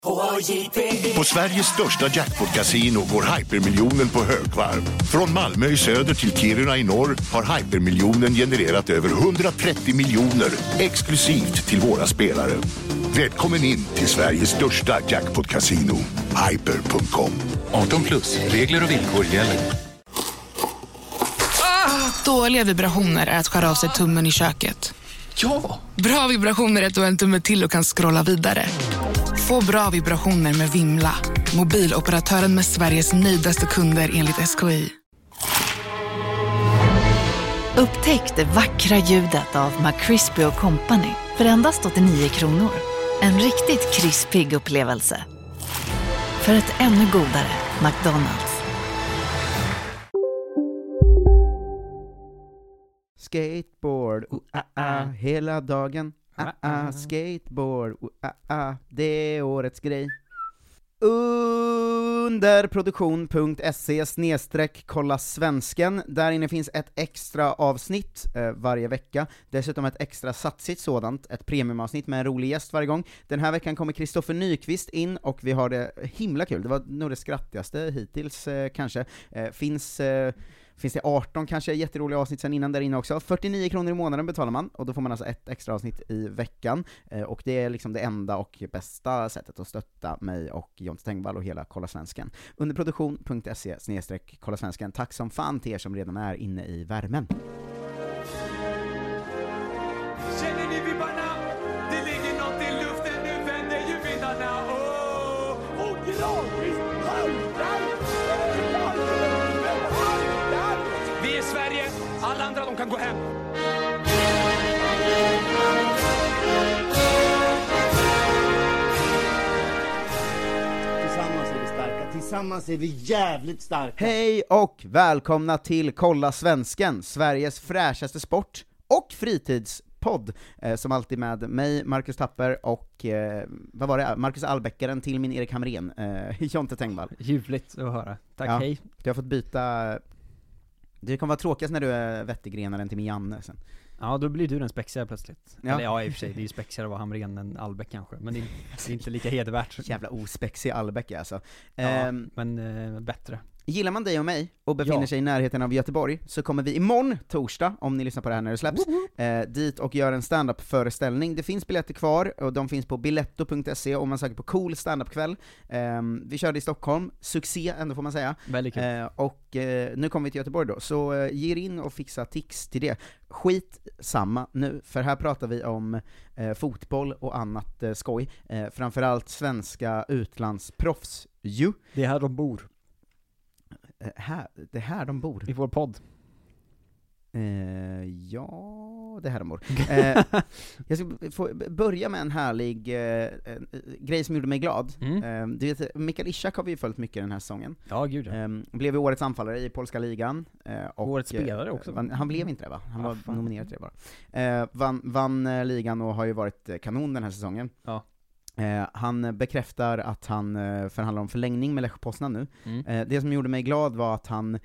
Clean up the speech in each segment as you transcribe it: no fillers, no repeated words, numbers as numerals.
På Sveriges största jackpot-casino går hypermiljonen på högvarv. Från Malmö i söder till Kiruna i norr har hypermiljonen genererat över 130 miljoner exklusivt till våra spelare. Välkommen in till Sveriges största jackpot-casino, hyper.com. 18+, regler och villkor gäller. Dåliga vibrationer är att skära av sig tummen i köket. Ja! Bra vibrationer är att du har en tumme till och kan scrolla vidare. Få bra vibrationer med Vimla. Mobiloperatören med Sveriges nöjdaste kunder enligt SKI. Upptäck det vackra ljudet av McCrispy & Company för endast 89 kronor. En riktigt krispig upplevelse. För ett ännu godare McDonald's. Skateboard, hela dagen, skateboard, det är årets grej. Underproduktion.se/kolla svensken. Där inne finns ett extra avsnitt varje vecka. Dessutom ett extra satsigt sådant, ett premiumavsnitt med en rolig gäst varje gång. Den här veckan kommer Kristoffer Nyqvist in och vi har det himla kul. Det var nog det skrattigaste hittills kanske. Finns det 18 kanske jätteroliga avsnitt sen innan där inne också. 49 kronor i månaden betalar man, och då får man alltså ett extra avsnitt i veckan. Och det är liksom det enda och bästa sättet att stötta mig och Jonte Tengvall och hela Kolla Svensken. Underproduktion.se/Kolla Svensken. Tack som fan till er som redan är inne i värmen. Känner ni vibbarna? Det ligger något i luften, nu vänder ju vindarna. Och gradvis haltar. Vi är Sverige, alla andra de kan gå hem. Tillsammans är vi starka, tillsammans är vi jävligt starka. Hej och välkomna till Kolla Svensken, Sveriges fräschaste sport- och fritidspodd, som alltid med mig, Marcus Tapper, och vad var det? Marcus Albeckaren till min Erik Hamrén, Jonte Tengvall. Ljuvligt att höra, tack, ja, hej. Du har fått byta. Det kommer vara tråkigast när du är vettigrenaren till min Janne sen. Ja, då blir du den spexigare plötsligt. Ja. Eller ja, i och för sig, det är ju spexigare att vara Hamrén än Albeck kanske. Men det är inte lika hedervärt. Jävla ospexig Albeck alltså. Ja, men bättre. Gillar man dig och mig och befinner sig i närheten av Göteborg, så kommer vi imorgon, torsdag, om ni lyssnar på det här när det släpps, dit och gör en stand-up-föreställning. Det finns biljetter kvar, och de finns på biletto.se om man söker på cool stand-up-kväll. Vi körde i Stockholm, succé ändå får man säga. Väldigt kul. Och nu kommer vi till Göteborg då, så ge in och fixa tics till det. Skit samma nu, för här pratar vi om fotboll och annat skoj. Framförallt svenska utlandsproffs. Det är här de bor. Det här de bor. I vår podd. Ja, det här de bor. Jag ska få börja med en härlig grej som gjorde mig glad. Du vet, Mikael Ishak har vi ju följt mycket den här säsongen. Ja, gud ja. Blev ju årets anfallare i polska ligan. Och årets spelare också. Han blev inte det, va? Han var nominerad till det bara. Vann ligan och har ju varit kanon den här säsongen. Ja. Han bekräftar att han förhandlar om förlängning med Lech Poznan nu. Det som gjorde mig glad var att han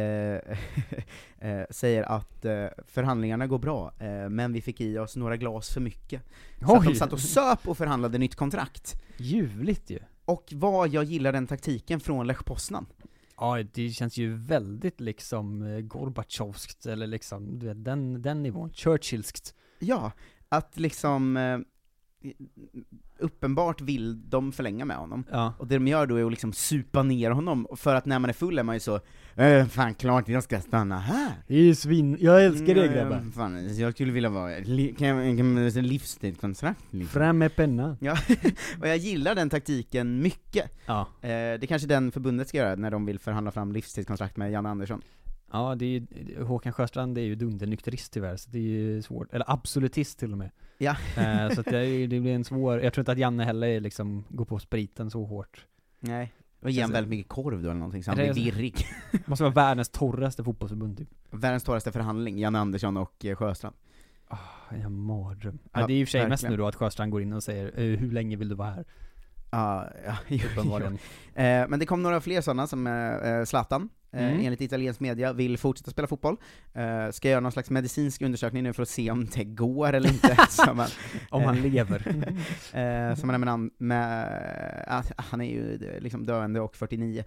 säger att förhandlingarna går bra, men vi fick i oss några glas för mycket. Så att de satt och söp och förhandlade nytt kontrakt. Ljuvligt ju. Och vad jag gillar den taktiken från Lech Poznan. Ja, det känns ju väldigt liksom Gorbachevskt, eller liksom du vet, den nivån, Churchillskt. Ja, att liksom uppenbart vill de förlänga med honom. Ja. Och det de gör då är att liksom supa ner honom, för att när man är full är man ju så fan klart jag ska stanna här. Det är ju svin, jag älskar det grabbar. Fan, jag skulle vilja vara kan livstidskontrakt liksom. Fram med penna. Ja, och jag gillar den taktiken mycket. Ja. Det är kanske den förbundet ska göra när de vill förhandla fram livstidskontrakt med Janne Andersson. Ja, det är ju, Håkan Sjöstrand är ju dundernykterist tyvärr, så det är ju svårt. Eller absolutist till och med. Ja. Så att det blir en svår. Jag tror inte att Janne heller liksom går på spriten så hårt. Nej. Och ge han väldigt mycket korv då eller någonting, så han blir virrig. Måste vara världens torraste fotbollsförbund typ. Världens torraste förhandling, Janne Andersson och Sjöstrand. En mardröm. Ja, det är ju i och för sig mest nu då att Sjöstrand går in och säger hur länge vill du vara här? Ja. Men det kom några fler sådana som Zlatan enligt italiensk media, vill fortsätta spela fotboll. Ska göra någon slags medicinsk undersökning nu för att se om det går eller inte. Om han lever. Som han han är ju liksom döende och 49.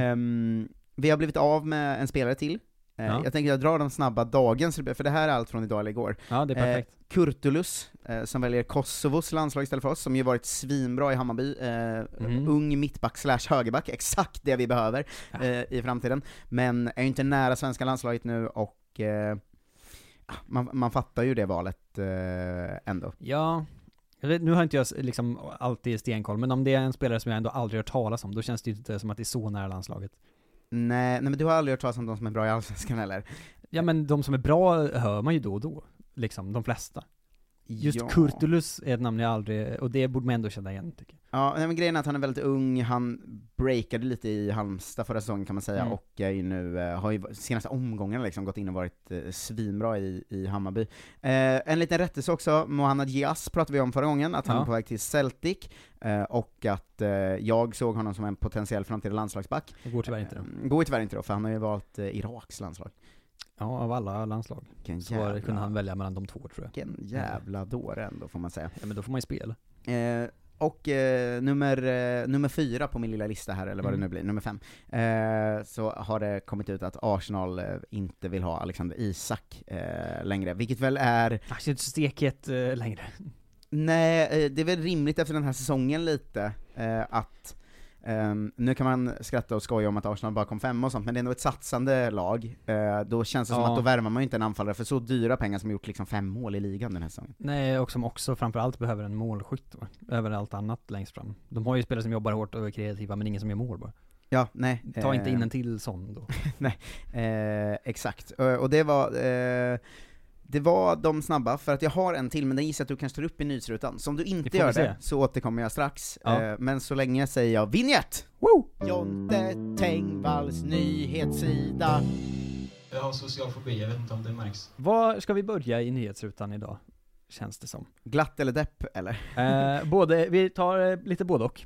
Vi har blivit av med en spelare till. Jag tänker jag drar de snabba dagens, för det här är allt från idag eller igår. Ja, det är perfekt. Kurtulus, som väljer Kosovos landslag istället för oss, som ju varit svinbra i Hammarby. Ung mittback / högerback, exakt det vi behöver i framtiden. Men är ju inte nära svenska landslaget nu, och man fattar ju det valet ändå. Ja, nu har inte jag liksom alltid stenkoll, men om det är en spelare som jag ändå aldrig hört talas om, då känns det ju inte som att det är så nära landslaget. Nej, men du har aldrig hört talas om de som är bra i Allsvenskan eller? Ja, men de som är bra hör man ju då och då, liksom, de flesta. Just Kurtulus är ett namn jag aldrig, och det borde man ändå känna igen, tycker jag. Ja, men grejen är att han är väldigt ung, han breakade lite i Halmstad förra säsongen kan man säga, och är ju nu, har ju senaste omgången liksom gått in och varit svinbra i Hammarby. En liten rättelse också, Mohamed Diaz pratade vi om förra gången, att han är på väg till Celtic, och att jag såg honom som en potentiell framtida landslagsback. Det går tyvärr inte då. Går tyvärr inte då, för han har ju valt Iraks landslag. Ja, av alla landslag. Så kunde han välja mellan de två, tror jag. Vilken jävla dåre ändå, får man säga. Ja, men då får man ju spela. Och nummer 4 på min lilla lista här, eller vad det nu blir, nummer 5, så har det kommit ut att Arsenal inte vill ha Alexander Isak längre, vilket väl är... Alltså inte steket längre. Nej, det är väl rimligt efter den här säsongen lite, att nu kan man skratta och skoja om att Arsenal bara kom 5 och sånt, men det är nog ett satsande lag. Då känns det som att då värvar man ju inte en anfallare för så dyra pengar som gjort liksom 5 mål i ligan den här säsongen. Nej, och som också framförallt behöver en målskytt över allt annat längst fram. De har ju spelare som jobbar hårt och är kreativa, men ingen som gör mål bara. Ja, nej. Ta inte in en till sån då. Nej, exakt. Och det var de snabba, för att jag har en till, men den gissar att du kanske tar upp i nyhetsrutan. Så om du inte gör det, så återkommer jag strax. Men så länge säger jag vignett! Woo! Jonte Tengvalls nyhetssida. Jag har social fobi, jag vet inte om det märks. Var ska vi börja i nyhetsrutan idag? Känns det som. Glatt eller depp, eller? Vi tar lite både och.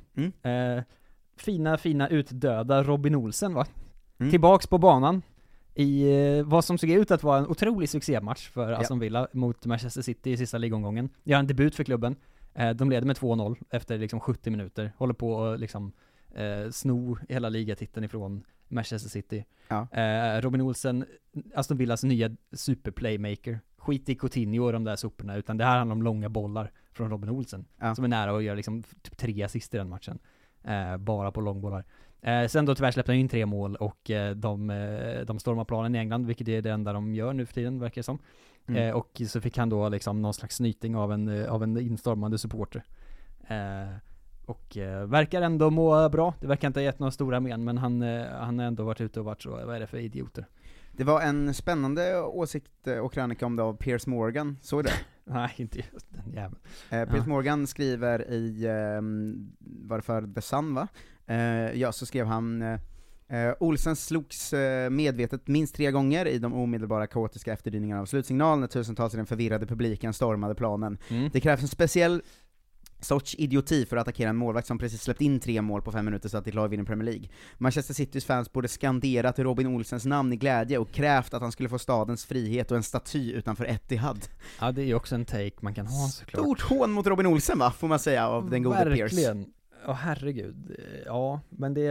Fina utdöda Robin Olsen, va? Tillbaks på banan i vad som såg ut att vara en otrolig succématch för Aston Villa mot Manchester City i sista ligomgången. Gör en debut för klubben. De leder med 2-0 efter liksom 70 minuter. Håller på att liksom sno hela ligatiteln ifrån Manchester City. Robin Olsen, Aston Villas nya superplaymaker. Skit i Coutinho och de där soporna, utan det här handlar om långa bollar från Robin Olsen som är nära att göra liksom typ 3 assist i den matchen. Bara på långbollar. Sen då tyvärr släppte han in 3 mål och de stormar planen i England, vilket är det enda de gör nu för tiden, verkar det som. Och så fick han då liksom någon slags snyting av en instormande supporter. Och verkar ändå må bra. Det verkar inte ha gett några stora men, han har ändå varit ute och varit så, vad är det för idioter? Det var en spännande åsikt och krönika om det av Piers Morgan, såg det? Nej, inte just den jäveln. Piers Morgan skriver i, varför The Sun, va? Så skrev han Olsen slogs medvetet minst 3 gånger i de omedelbara kaotiska efterdyningarna av slutsignal när tusentals i den förvirrade publiken stormade planen. Det krävs en speciell sorts idioti för att attackera en målvakt som precis släppt in 3 mål på 5 minuter så att ditt lag vinner Premier League. Manchester Citys fans borde skanderat Robin Olsens namn i glädje och krävt att han skulle få stadens frihet och en staty utanför Etihad. Ja, det är ju också en take man kan ha, såklart. Stort hån mot Robin Olsen, va, får man säga, av den gode Pierce. Verkligen. Herregud. Ja, men det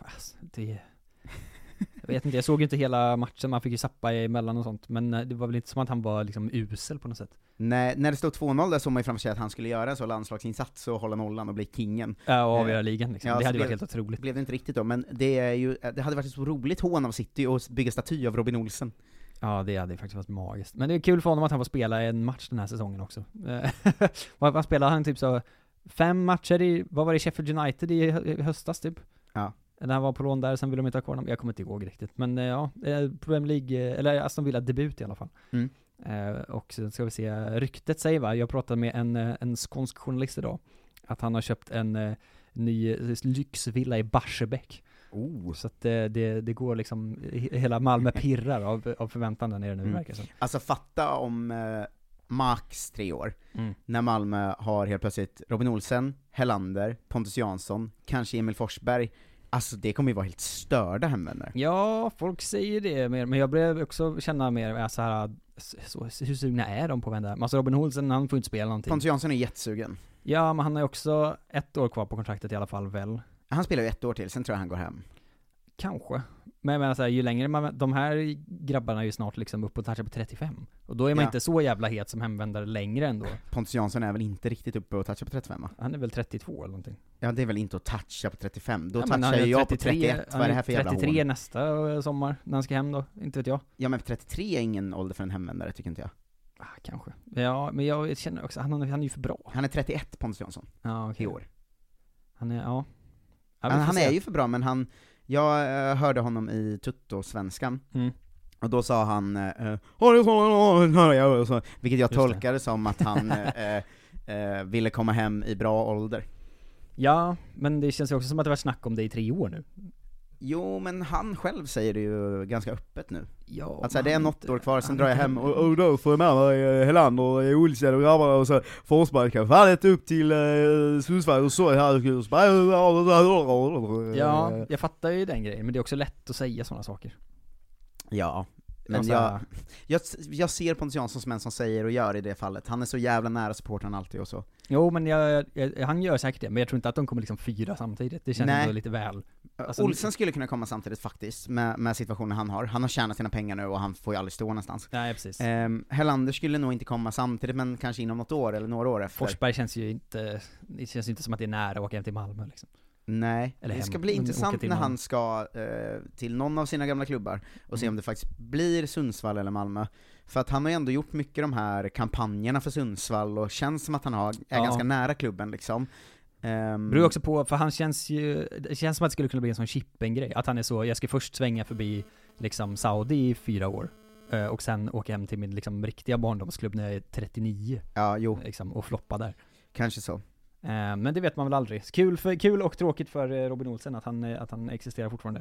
jag vet inte, jag såg inte hela matchen, man fick ju sappa emellan och sånt, men det var väl inte som att han var liksom usel på något sätt. Nej, när det stod 2-0 där så man ju framför sig att han skulle göra en så landslagsinsats och hålla nollan och bli kingen. Ja, och avgöra ligan liksom. Det hade varit helt otroligt. Blev det inte riktigt då, men det hade varit ett så roligt hån av City att bygga staty av Robin Olsen. Ja, det hade faktiskt varit magiskt. Men det är kul för honom att han får spela en match den här säsongen också. Vad spelade han typ så 5 matcher i, vad var det, Sheffield United i höstas typ? Ja. När han var på lån där, sen ville de inte ha kvar honom. Jag kommer inte ihåg riktigt. Men Premier League, eller Aston Villa debut i alla fall. Och så ska vi se, ryktet säger, va? Jag pratade med en skånsk journalist idag, att han har köpt en ny lyxvilla i Barsebäck. Så att det går liksom, hela Malmö pirrar av förväntan där nere nu, verkar som. Alltså fatta om max 3 år när Malmö har helt plötsligt Robin Olsen, Hellander, Pontus Jansson, kanske Emil Forsberg, Alltså det kommer ju vara helt störda hemvändare. Ja, folk säger det mer, men jag börjar också känna mer så här, hur sugna är de på att vända? Alltså Robin Olsen, han får inte spela någonting. Pontus Jansson är jättesugen. Ja, men han har ju också 1 år kvar på kontraktet i alla fall väl. Han spelar ju 1 år till, sen tror jag han går hem. Kanske. Men jag menar så här, ju längre de här grabbarna är ju snart liksom upp och touchar på 35. Och då är man inte så jävla het som hemvändare längre ändå. Pontus Jansson är väl inte riktigt uppe och touchar på 35, va? Han är väl 32 eller någonting. Ja, det är väl inte att toucha på 35. Då ja, touchar ju jag på 31. Vad är det här för jävla 33 hål? nästa sommar, när han ska hem då. Inte vet jag. Ja, men 33 är ingen ålder för en hemvändare, tycker inte jag. Kanske. Ja, men jag känner också, han är ju för bra. Han är 31, Pontus Jansson. Ja, okej. I år. Han är, Han är ju för bra, men jag hörde honom i Tutto-svenskan. Och då sa han vilket jag tolkade som att han ville komma hem i bra ålder. Ja, men det känns ju också som att det var snack om det i 3 år nu. Jo, men han själv säger det ju ganska öppet nu. Ja, alltså det är något år kvar, sen drar jag hem och då får jag med mig Helander och Olsen och grabbarna och så Forsberg kan fan inte upp till Sundsvall och så här. Ja, jag fattar ju den grejen, men det är också lätt att säga sådana saker. Ja, men jag ser Pontus Jansson som en som säger och gör i det fallet. Han är så jävla nära supporten alltid och så. Jo, men han gör säkert det, men jag tror inte att de kommer liksom 4 samtidigt. Det känns ändå lite väl. Alltså, Olsen skulle kunna komma samtidigt faktiskt, med situationen han har. Han har tjänat sina pengar nu och han får ju aldrig stå någonstans. Nej, precis. Helander skulle nog inte komma samtidigt, men kanske inom något år eller några år efter. Forsberg känns ju inte som att det är nära att åka hem till Malmö liksom. Nej, eller det ska bli intressant när han ska till någon av sina gamla klubbar och se om det faktiskt blir Sundsvall eller Malmö. För att han har ju ändå gjort mycket de här kampanjerna för Sundsvall och känns som att han är ganska nära klubben liksom. Beror också på, för det känns som att det skulle kunna bli en sån Chippen-grej. Att han är så, jag ska först svänga förbi liksom Saudi i 4 år. Och sen åka hem till min liksom riktiga barndomsklubb när jag är 39. Ja, jo. Liksom, och floppa där. Kanske så. Men det vet man väl aldrig. Kul och tråkigt för Robin Olsen att han existerar fortfarande.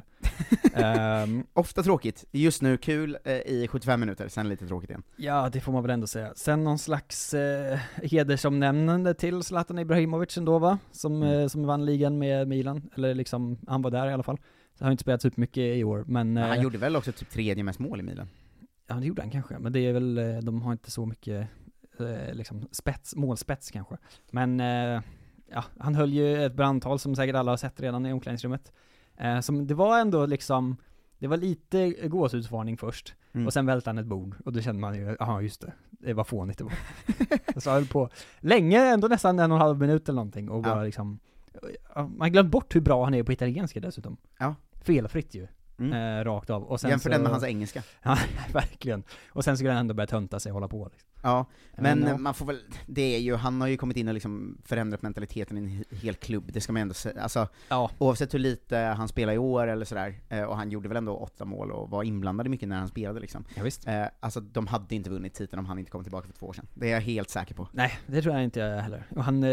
Ofta tråkigt. Just nu kul i 75 minuter, sen lite tråkigt igen. Ja, det får man väl ändå säga. Sen någon slags hedersomnämnande till Zlatan Ibrahimovic ändå, va? Som vann ligan med Milan. Eller liksom, han var där i alla fall. Så har inte spelat upp mycket i år, men han gjorde väl också typ 3:e mest mål i Milan. Ja, det gjorde han kanske. Men det är väl, de har inte så mycket liksom målspets kanske. Men han höll ju ett brandtal som säkert alla har sett redan i omklädningsrummet. Som det var ändå liksom, det var lite gåshudsvarning först. Och sen välte han ett bord. Och då kände man ju, aha just det var fånigt det var. Så han höll på länge, ändå nästan 1,5 minut eller någonting. Och bara liksom, man glömde bort hur bra han är på italienska dessutom. Ja. Felfritt ju. Rakt av. Och sen jämför den med hans engelska. Ja, verkligen. Och sen skulle han ändå börja tönta sig och hålla på liksom. Ja, men man får väl, det är ju, han har ju kommit in och liksom förändrat mentaliteten i en hel klubb, det ska man ändå säga, alltså, oavsett hur lite han spelar i år eller sådär, och han gjorde väl ändå 8 mål och var inblandad mycket när han spelade liksom. Ja, visst. Alltså de hade inte vunnit titeln om han inte kom tillbaka för 2 år sedan, det är jag helt säker på. Nej, det tror jag inte jag heller. Och han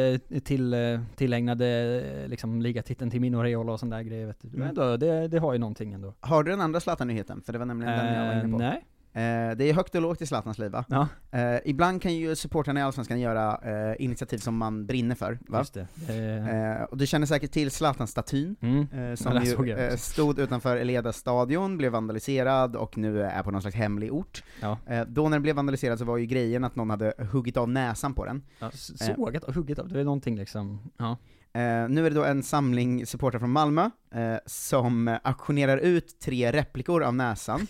tillägnade liksom ligatiteln till Mino Raiola och sån där grejer, vet du. Men ändå, det har ju någonting ändå. Har du den andra Zlatan-nyheten? För det var nämligen den jag var inne på. Nej. Det är högt och lågt i Zlatans liv, va? Ja. Ibland kan ju supportrarna i Allsvenskan göra initiativ som man brinner för, va? Just det. Och du känner säkert till Zlatan-statyn som ju stod utanför Eleda stadion, blev vandaliserad och nu är på någon slags hemlig ort. Ja. Då när den blev vandaliserad så var ju grejen att någon hade huggit av näsan på den. Ja, sågat och huggit av, det är någonting liksom. Ja. Nu är det då en samling supportrar från Malmö som auktionerar ut 3 replikor av näsan.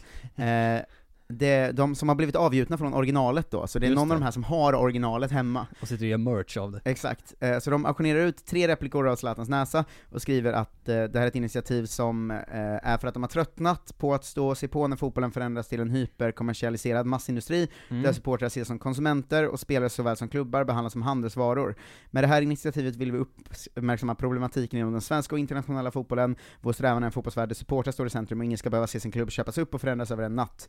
De som har blivit avgjutna från originalet då, så det är någon av de här som har originalet hemma. Och sitter och gör merch av det. Exakt, så de auktionerar ut 3 replikor av Zlatans näsa och skriver att det här är ett initiativ som är för att de har tröttnat på att stå och se på när fotbollen förändras till en hyperkommersialiserad massindustri, där supportrar ses som konsumenter och spelare såväl som klubbar behandlas som handelsvaror. Med det här initiativet vill vi uppmärksamma problematiken inom den svenska och internationella fotbollen. Vår strävan är en fotbollsvärld där supportrar står i centrum och ingen ska behöva se sin klubb köpas upp och förändras över en natt.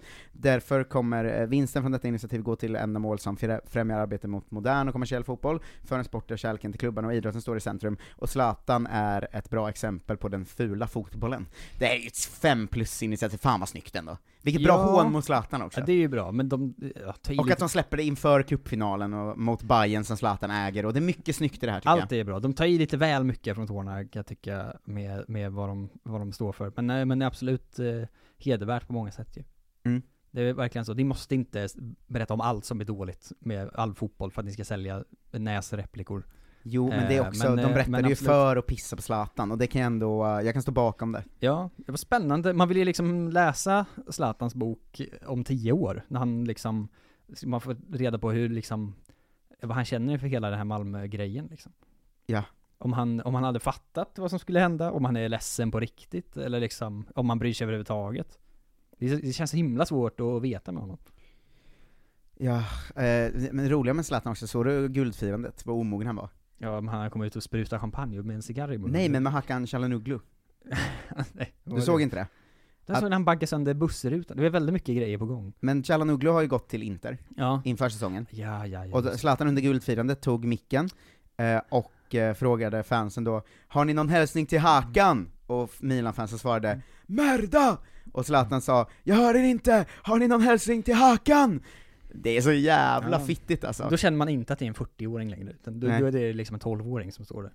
Därför kommer vinsten från detta initiativ gå till ändamål som främjar arbete mot modern och kommersiell fotboll, för en sport där kärleken till klubban och idrotten står i centrum, och Zlatan är ett bra exempel på den fula fotbollen. Det är ju ett 5+-initiativ, fan vad snyggt ändå. Vilket bra hån mot Zlatan också. Ja, det är ju bra, men och att de släpper det inför cupfinalen och mot Bayern som Zlatan äger, och det är mycket snyggt i det här, tycker jag. Allt är bra, de tar i lite väl mycket från tårna, kan jag tycka, med vad de står för. Men det är absolut hedervärt på många sätt ju. Det är verkligen så, de måste inte berätta om allt som är dåligt med all fotboll för att ni ska sälja näsreplikor. Jo, men det är också, de berättade ju för att pissa på Zlatan, och det kan jag kan stå bakom det. Ja, det var spännande. Man vill ju liksom läsa Zlatans bok om 10 år, när han liksom, man får reda på hur liksom, vad han känner för hela den här Malmö-grejen liksom. Ja. Om han hade fattat vad som skulle hända, om han är ledsen på riktigt, eller liksom, om han bryr sig överhuvudtaget. Det känns himla svårt att veta med honom. Ja, men roliga med Zlatan också, så du guldfirandet, vad omogen han var. Ja, men han kom ut och spruta champagne med en cigarr i munnen. Nej, men med Hakan Çalhanoğlu. Nej, du såg inte det? Det såg när han baggade sönder bussrutan. Det var väldigt mycket grejer på gång. Men Çalhanoğlu har ju gått till Inter inför säsongen. Ja. Och Zlatan under guldfirandet tog micken och frågade fansen då: har ni någon hälsning till Hakan? Och Milan-fansen svarade: Merda! Och Zlatan sa: jag hör er inte, har ni någon hälsning till Hakan? Det är så jävla fittigt alltså. Då känner man inte att det är en 40-åring längre, utan då är det liksom en 12-åring som står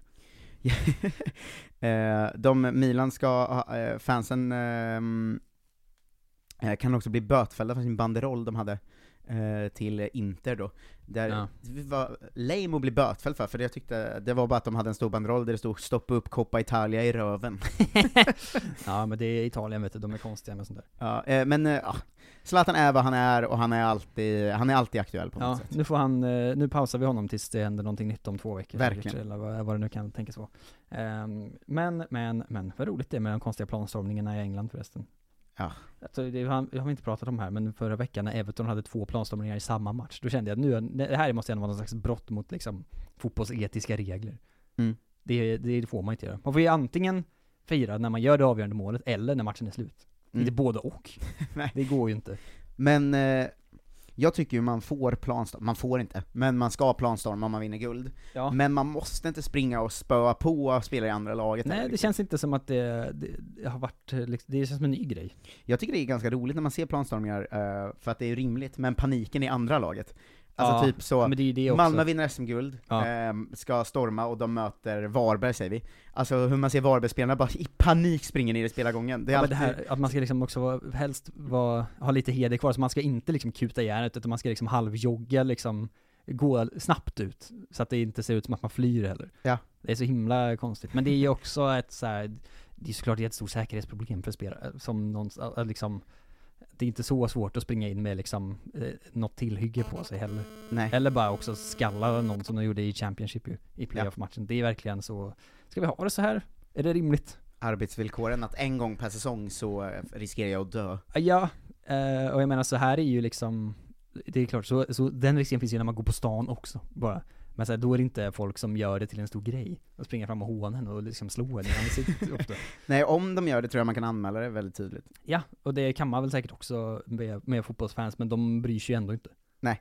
där. Milan ska, fansen kan också bli bötfällda för sin banderoll de hade till Inter då. Där det var lame att bli bötfälld för jag tyckte det var bara att de hade en stor banderoll där det stod stoppa upp Coppa Italia i röven. Ja, men det är Italien, vet du, de är konstiga med sånt där. Ja, men Zlatan är vad han är, och han är alltid aktuell på något sätt. Nu pausar vi honom tills det händer någonting nytt om 2 veckor. Verkligen. Eller vad det nu kan tänkas vara. Men vad roligt det är med de konstiga planstormningarna i England förresten. Ja. Alltså, det har vi inte pratat om här, men förra veckan när Everton hade 2 planstormningar i samma match, då kände jag att det här måste ändå vara någon slags brott mot liksom fotbollsetiska regler. Det får man inte göra. Man får ju antingen fira när man gör det avgörande målet, eller när matchen är slut. Inte både och. Nej. Det går ju inte. Men jag tycker ju man får inte, men man ska planstorma om man vinner guld. Ja. Men man måste inte springa och spöa på och spela i andra laget. Nej, det känns inte som att det har varit, det känns som en ny grej. Jag tycker det är ganska roligt när man ser planstormningar, för att det är rimligt, men paniken i andra laget. Alltså typ så, men det också. Malmö vinner SM-guld, ska storma och de möter Varberg, säger vi. Alltså hur man ser Varberg-spelarna bara i panik springer ner i spelargången. Det är alltid... det här, att man ska liksom också helst ha lite heder kvar, så man ska inte liksom kuta järnet, utan man ska liksom halvjogga, liksom gå snabbt ut, så att det inte ser ut som att man flyr heller. Ja. Det är så himla konstigt. Men det är ju också ett så här, det är såklart ett stort säkerhetsproblem för spelare, som någon, liksom, det är inte så svårt att springa in med liksom något tillhygge på sig heller. Nej. Eller bara också skalla någon som de gjorde i Championship i playoff-matchen. Det är verkligen så. Ska vi ha det så här? Är det rimligt? Arbetsvillkoren, att en gång per säsong så riskerar jag att dö. Ja, och jag menar så här är ju liksom, det är klart, så den risken finns ju när man går på stan också bara. Men så här, då är det inte folk som gör det till en stor grej och springer fram och hånen och liksom slår en i ansiktet ofta. Nej, om de gör det tror jag man kan anmäla det väldigt tydligt. Ja, och det kan man väl säkert också med fotbollsfans, men de bryr sig ju ändå inte. Nej.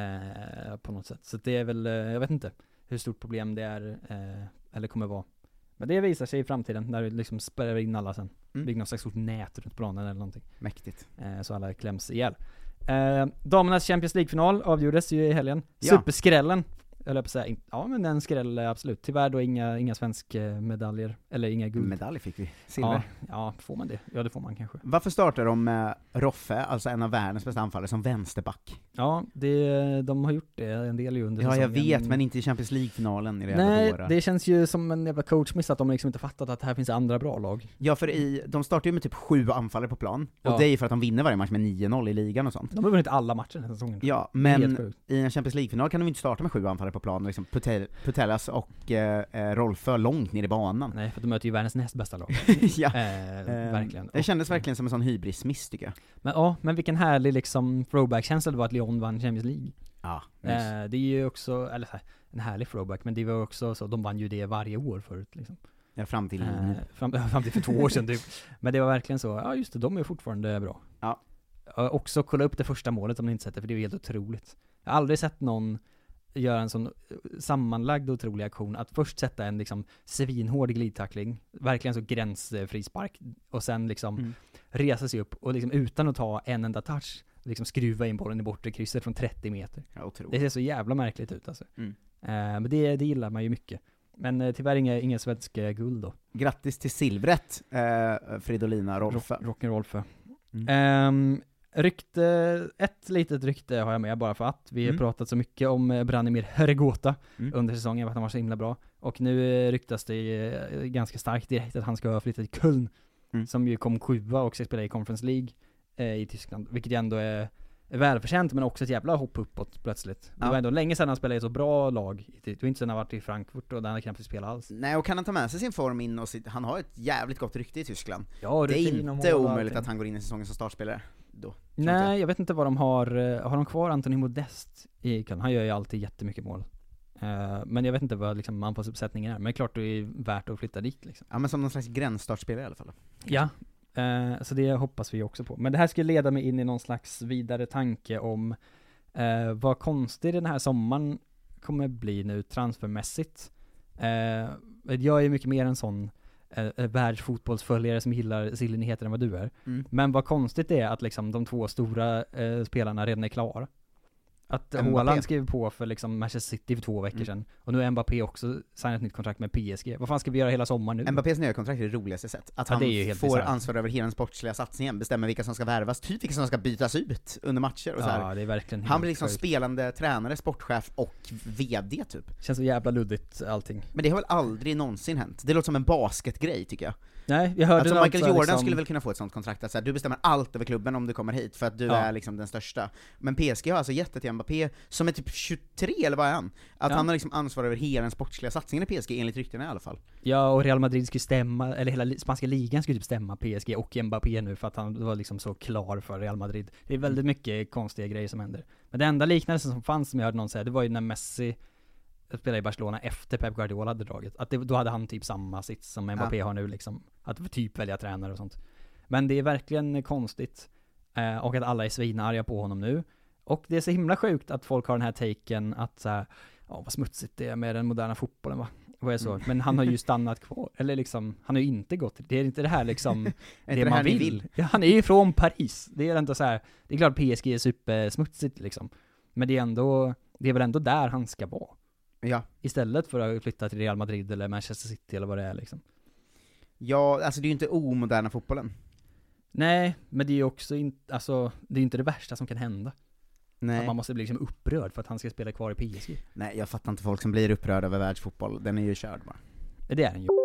På något sätt. Så det är väl, jag vet inte hur stort problem det är, eller kommer vara. Men det visar sig i framtiden, när du liksom spärrar in alla sen. Bygger något slags stort nät runt planen eller någonting. Mäktigt. Så alla kläms ihjäl. Damernas Champions League-final avgjordes ju i helgen. Ja. Superskrällen. Jag höll på att säga, ja men en skräll absolut. Tyvärr då inga svenska medaljer, eller inga guld. Medaljer fick vi, silver. Ja, får man det? Ja, det får man kanske. Varför startar de med Roffe, alltså en av världens bästa anfallare, som vänsterback? Ja, de har gjort det en del ju under säsongen. Ja, jag vet, men inte i Champions League-finalen i det. Nej, det känns ju som en jävla coachmiss att de liksom inte fattat att här finns andra bra lag. Ja, för de startar ju med typ 7 anfallare på plan, och det är ju för att de vinner varje match med 9-0 i ligan och sånt. De har vunnit alla matcher den här säsongen. Ja, men i en Champions League-final kan de inte starta med 7 anfallare på plan, liksom Putellas och Rolfö långt ner i banan. Nej, för de möter ju världens näst bästa lag. Ja, verkligen. Det kändes verkligen som en sån hybrismiss, tycker jag. Men vilken härlig liksom throwback-känsla det var att Lyon vann Champions League. Ja, det är ju också, eller en härlig throwback, men det var också så, de vann ju det varje år förut liksom. Ja, fram till fram till för 2 år sedan typ. Men det var verkligen så, ja just det, de är fortfarande bra. Ja. Och också kolla upp det första målet om ni inte sett det, för det är helt otroligt. Jag har aldrig sett någon göra en sån sammanlagd otrolig aktion, att först sätta en liksom svinhård glidtackling, verkligen så gränsfri spark, och sen liksom resa sig upp och liksom utan att ta en enda touch liksom skruva in bollen i bortre krysset från 30 meter. Ja, det ser så jävla märkligt ut alltså. Men det gillar man ju mycket. Men tyvärr ingen svensk guld då. Grattis till silvret, Fridolina Rolfö. Rock'n'Rolfö. Ett litet rykte har jag med bara för att vi har pratat så mycket om Branimir Hrgota under säsongen, för att han var så himla bra. Och nu ryktas det ganska starkt direkt att han ska flytta till Köln, som ju kom 7:a och ska spela i Conference League i Tyskland, vilket ändå är välförtjänt, men också ett jävla hopp uppåt plötsligt. Det var ändå länge sedan han spelade i ett så bra lag. Det var inte sedan han varit i Frankfurt och där han knappt spela alls. Nej, och kan han ta med sig sin form in och han har ett jävligt gott rykte i Tyskland. Ja, det är inte omöjligt att han går in i säsongen som startspelare då. Nej, jag vet inte vad de har de kvar Anthony Modest i Köln. Han gör ju alltid jättemycket mål. Men jag vet inte vad liksom anfallsuppsättningen är. Men klart det är värt att flytta dit liksom. Ja, men som någon slags gränsstartspelare i alla fall. Ja, så det hoppas vi också på. Men det här skulle leda mig in i någon slags vidare tanke om vad konstigt den här sommaren kommer bli nu transfermässigt. Jag är mycket mer en sån världsfotbollsföljare som gillar sillenheter än vad du är. Men vad konstigt det är att liksom de två stora spelarna redan är klara. Att Haaland skrev på för liksom Manchester City för 2 veckor sedan. Och nu är Mbappé också signat ett nytt kontrakt med PSG. Vad fan ska vi göra hela sommaren nu? Mbappés nya kontrakt är det roligaste sätt. Att han får ansvar över hela den sportsliga satsningen, bestämmer vilka som ska värvas, typ vilka som ska bytas ut under matcher och så här. Det är verkligen han blir liksom spelande tränare, sportchef och vd typ. Känns så jävla luddigt allting. Men det har väl aldrig någonsin hänt. Det låter som en basketgrej tycker jag. Nej, jag hörde alltså Michael Jordan liksom skulle väl kunna få ett sånt kontrakt att så här, du bestämmer allt över klubben om du kommer hit för att du är liksom den största. Men PSG har alltså gett det till Mbappé som är typ 23 eller vad är han? Att han har liksom ansvar över hela den sportsliga satsningen i PSG enligt ryktena i alla fall. Ja, och Real Madrid skulle stämma, eller hela spanska ligan skulle typ stämma PSG och Mbappé nu för att han var liksom så klar för Real Madrid. Det är väldigt mycket konstiga grejer som händer. Men det enda liknelsen som fanns som jag hörde någon säga, det var ju när Messi spelade i Barcelona efter Pep Guardiola hade dragit. Att då hade han typ samma sits som Mbappé har nu liksom. Att typ välja tränare och sånt. Men det är verkligen konstigt. Och att alla är svinarga på honom nu. Och det är så himla sjukt att folk har den här taken att såhär, vad smutsigt det är med den moderna fotbollen va? Vad är så? Men han har ju stannat kvar. Eller liksom, han har ju inte gått. Det är inte det här liksom det man vill. Ja, han är ju från Paris. Det är ändå så här. Det är klart PSG är supersmutsigt liksom. Men det är väl ändå där han ska vara. Ja. Istället för att flytta till Real Madrid eller Manchester City eller vad det är liksom. Ja, alltså det är ju inte omoderna fotbollen. Nej, men det är ju också alltså, det är ju inte det värsta som kan hända. Nej. Att man måste bli liksom upprörd för att han ska spela kvar i PSG. Nej, jag fattar inte folk som blir upprörda över världsfotboll. Den är ju körd bara. Det är den ju.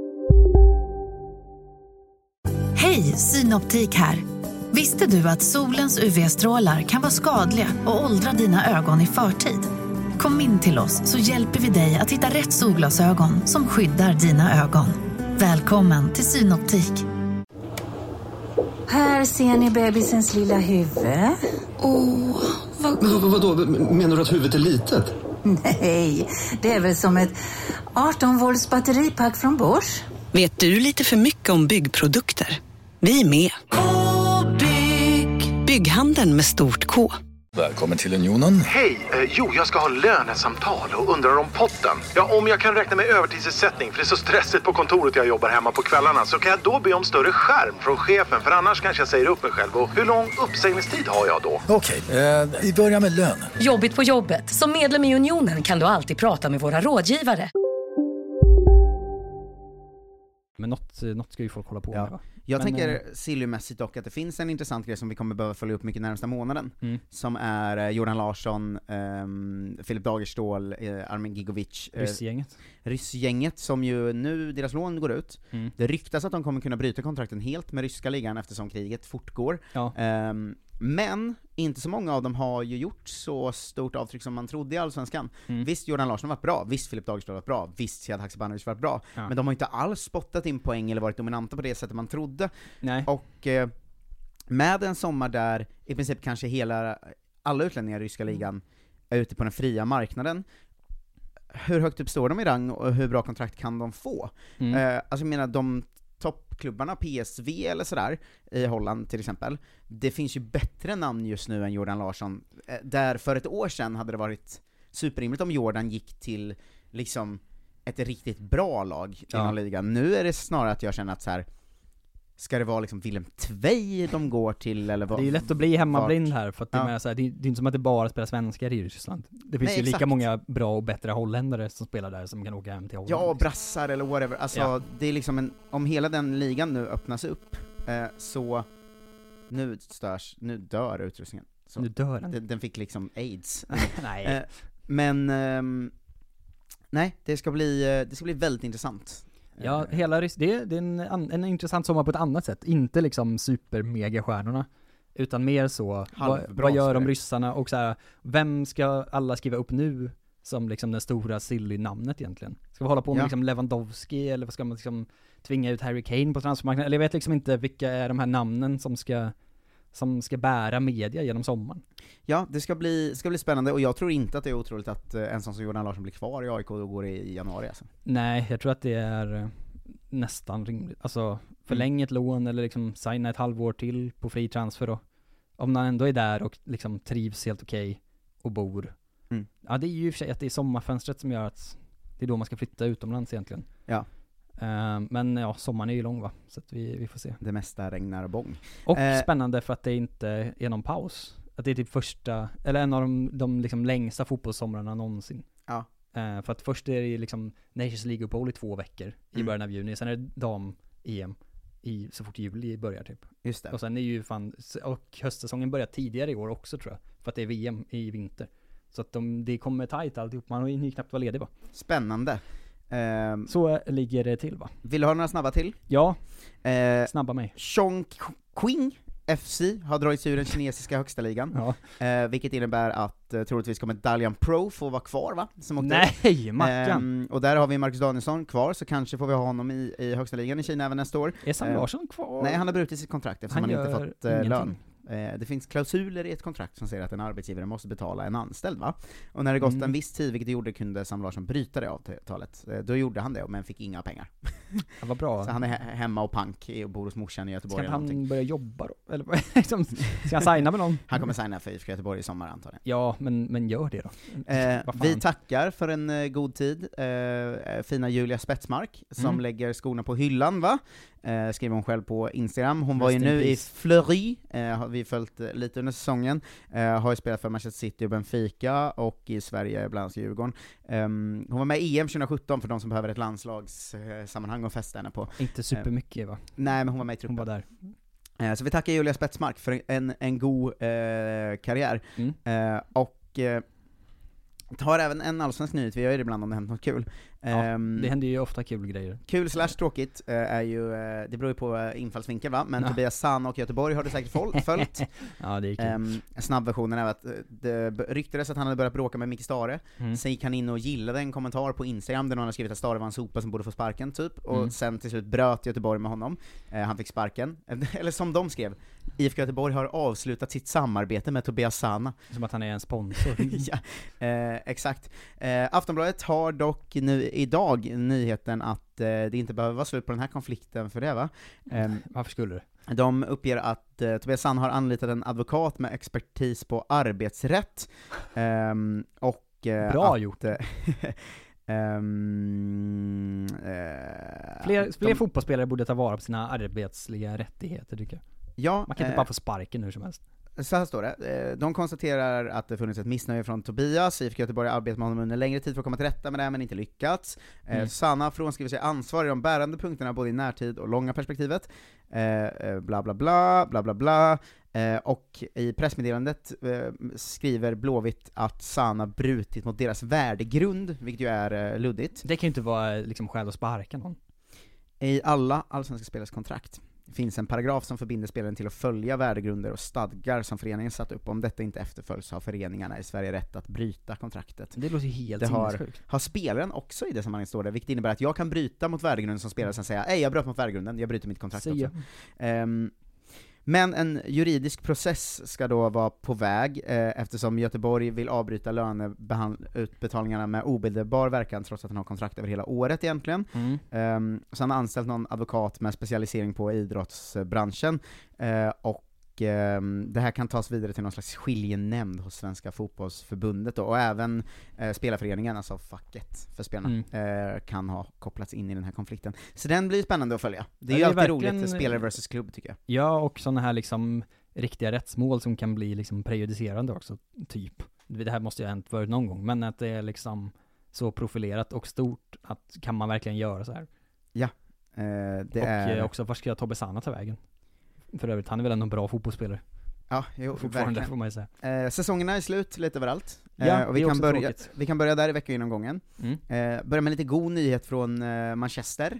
Hej, Synoptik här. Visste du att solens UV-strålar kan vara skadliga och åldra dina ögon i förtid? Kom in till oss så hjälper vi dig att hitta rätt solglasögon som skyddar dina ögon. Välkommen till Synoptik. Här ser ni bebisens lilla huvud. Vadå? Menar du att huvudet är litet? Nej, det är väl som ett 18-volts batteripack från Bosch. Vet du lite för mycket om byggprodukter? Vi är med. Bygghandeln med stort K. Välkommen till Unionen. Hej, jag ska ha lönesamtal och undrar om potten. Ja, om jag kan räkna med övertidsersättning för det är så stressigt på kontoret jag jobbar hemma på kvällarna så kan jag då be om större skärm från chefen för annars kanske jag säger upp mig själv. Och hur lång uppsägningstid har jag då? Okej, vi börjar med lön. Jobbigt på jobbet. Som medlem i Unionen kan du alltid prata med våra rådgivare. Men något ska ju folk hålla på med va? Jag tänker sillymässigt dock att det finns en intressant grej som vi kommer behöva följa upp mycket närmsta månaden. Som är Jordan Larsson, Filip Dagerstål, Armin Gigovic. Ryssgänget som ju nu, deras lån går ut. Det ryktas att de kommer kunna bryta kontrakten helt med ryska ligan eftersom kriget fortgår. Ja. Men inte så många av dem har ju gjort så stort avtryck som man trodde i Allsvenskan. Visst, Jordan Larsson har varit bra, visst Filip Dagerstål har varit bra, visst Sead Haksabanovic har varit bra, men de har inte alls spottat in poäng eller varit dominanta på det sättet man trodde. Nej. Och med en sommar där i princip kanske alla utlänningar i ryska ligan är ute på den fria marknaden, hur högt upp står de i rang och hur bra kontrakt kan de få? Alltså jag menar, de toppklubbarna, PSV eller sådär, i Holland till exempel, det finns ju bättre namn just nu än Jordan Larsson. Där för ett år sedan hade det varit superrimligt om Jordan gick till liksom ett riktigt bra lag i någon liga. Nu är det snarare att jag känner att så här, ska det vara liksom Willem Tvei de går till, eller vad? Det är ju lätt att bli hemmablind här, för att det är så här, det är inte som att det bara spelar svenskar i Ryssland. Det finns ju lika många bra och bättre holländare som spelar där som kan åka hem till Holland. Ja, brassar eller whatever. Alltså, det är liksom om hela den ligan nu öppnas upp, så nu dör utrustningen. Så nu dör den. Den fick liksom AIDS. Nej. Men nej, det ska bli väldigt intressant. Ja, det är en intressant sommar på ett annat sätt. Inte liksom super-mega-stjärnorna, utan mer så, vad gör de ryssarna? Och så här, vem ska alla skriva upp nu som liksom den stora silly-namnet egentligen? Ska vi hålla på med liksom Lewandowski, eller vad ska man liksom tvinga ut Harry Kane på transfermarknaden? Eller jag vet liksom inte vilka är de här namnen som ska bära media genom sommaren. Ja, det ska bli spännande, och jag tror inte att det är otroligt att en sån som Jordan Larsson blir kvar i AIK och går i januari alltså. Nej, jag tror att det är nästan rimligt. Alltså, förläng ett lån eller liksom signa ett halvår till på fri transfer då. Om man ändå är där och liksom trivs helt okej och bor. Ja, det är ju i och för sig att det är sommarfönstret som gör att det är då man ska flytta utomlands egentligen. Ja. Men ja, sommaren är ju lång, va? Så att vi får se. Det mesta regnar bång. Och spännande för att det inte är någon paus. Att det är typ första, eller en av de liksom längsta fotbollssomrarna någonsin. Ja. För att först är det liksom Nations League-uppehåll i 2 veckor i början av juni. Sen är det dam-EM så fort juli börjar typ. Just det. Och sen är ju och höstsäsongen börjar tidigare i år också, tror jag. För att det är VM i vinter. Så att det kommer tajt alltihop. Man har ju knappt vara ledig, va? Spännande. Så ligger det till, va? Vill du ha några snabba till? Ja, snabba mig. Chongqing FC har dragits ur den kinesiska högsta ligan. Vilket innebär att troligtvis kommer Dalian Pro få vara kvar, va? Nej, Mackan! Och där har vi Marcus Danielsson kvar, så kanske får vi ha honom i högsta ligan i Kina även nästa år. Är Sam Larsson kvar? Nej, han har brutit sitt kontrakt eftersom han inte fått lön. Det finns klausuler i ett kontrakt som säger att en arbetsgivare måste betala en anställd, va? Och när det gått en viss tid, vilket det gjorde, kunde Sam Larsson bryta det avtalet. Då gjorde han det, men fick inga pengar. Ja, vad bra. Så han är hemma och pank och bor hos morsan i Göteborg. Ska han börja jobba då? Eller liksom, ska han signa med någon? Han kommer signa för IFK Göteborg i sommar, antagligen. Ja, men gör det då. Vi tackar för en god tid. Fina Julia Spetsmark som lägger skorna på hyllan, va? Skriver hon själv på Instagram. Hon var ju nu i Fleury, har vi följt lite under säsongen, har ju spelat för Manchester City och Benfica och i Sverige bland annat Djurgården. Hon var med i EM 2017 för de som behöver ett landslagssammanhang och fästa henne på. Inte supermycket, va? Nej, men hon var med i truppen. Hon var där. Så vi tackar Julia Spetsmark för en god karriär. Och tar även en allsvensk nyhet, vi gör det ibland om det hänt något kul. Ja, det händer ju ofta kul grejer. Kul / tråkigt är ju, det beror ju på infallsvinkel, va? Men Tobias Sanna och Göteborg har det säkert följt. Ja, det är kul. Snabbversionen är att det ryktades att han hade börjat bråka med Micke Stare. Sen gick han in och gillade en kommentar på Instagram där någon har skrivit att Stare var en sopa som borde få sparken typ. Och sen till slut bröt Göteborg med honom. Han fick sparken. Eller som de skrev, IFK Göteborg har avslutat sitt samarbete med Tobias Sanna. Som att han är en sponsor. Ja, exakt. Aftonbladet har dock nu idag nyheten att det inte behöver vara slut på den här konflikten för det, va? Varför skulle det? De uppger att Tobias Sanna har anlitat en advokat med expertis på arbetsrätt. Och bra gjort. Fler fotbollsspelare borde ta vara på sina arbetsliga rättigheter, tycker jag. Ja, man kan inte bara få sparken hur som helst. Så här står det. De konstaterar att det funnits ett missnöje från Tobias. IFK Göteborg har arbetat med honom under längre tid för att komma till rätta med det här, men inte lyckats. Sanna frånskriver sig ansvar i de bärande punkterna både i närtid och långa perspektivet. Bla bla bla, bla bla bla. Och i pressmeddelandet skriver Blåvitt att Sanna brutit mot deras värdegrund, vilket ju är luddigt. Det kan ju inte vara liksom skäl att sparka någon. I alla allsvenska spelares kontrakt finns en paragraf som förbinder spelaren till att följa värdegrunder och stadgar som föreningen satt upp. Om detta inte efterföljs har föreningarna i Sverige rätt att bryta kontraktet. Det låter helt sinnessjukt. Har spelaren också i det sammanhanget står det, vilket innebär att jag kan bryta mot värdegrunden som spelare, sen säga jag bröt mot värdegrunden, jag bryter mitt kontrakt också. Men en juridisk process ska då vara på väg, eftersom Göteborg vill avbryta löneutbetalningarna med omedelbar verkan, trots att han har kontrakt över hela året egentligen. Så han har anställt någon advokat med specialisering på idrottsbranschen, och det här kan tas vidare till någon slags skiljenämnd hos Svenska fotbollsförbundet då, och även spelarföreningen, alltså facket för spelarna, kan ha kopplats in i den här konflikten. Så den blir spännande att följa. Det är ju alltid roligt, spelare versus klubb, tycker jag. Ja, och sådana här liksom riktiga rättsmål som kan bli liksom prejudicerande också, typ. Det här måste ju ha hänt förut någon gång, men att det är liksom så profilerat och stort att kan man verkligen göra så här. Ja, och också, var ska Tobbe Sanna ta vägen? För övrigt, han är väl ändå en bra fotbollsspelare. Ja, jo, fortfarande får man ju säga. Säsongerna är slut lite överallt. Ja, och vi kan börja där i veckogenomgången. Börja med lite god nyhet från Manchester.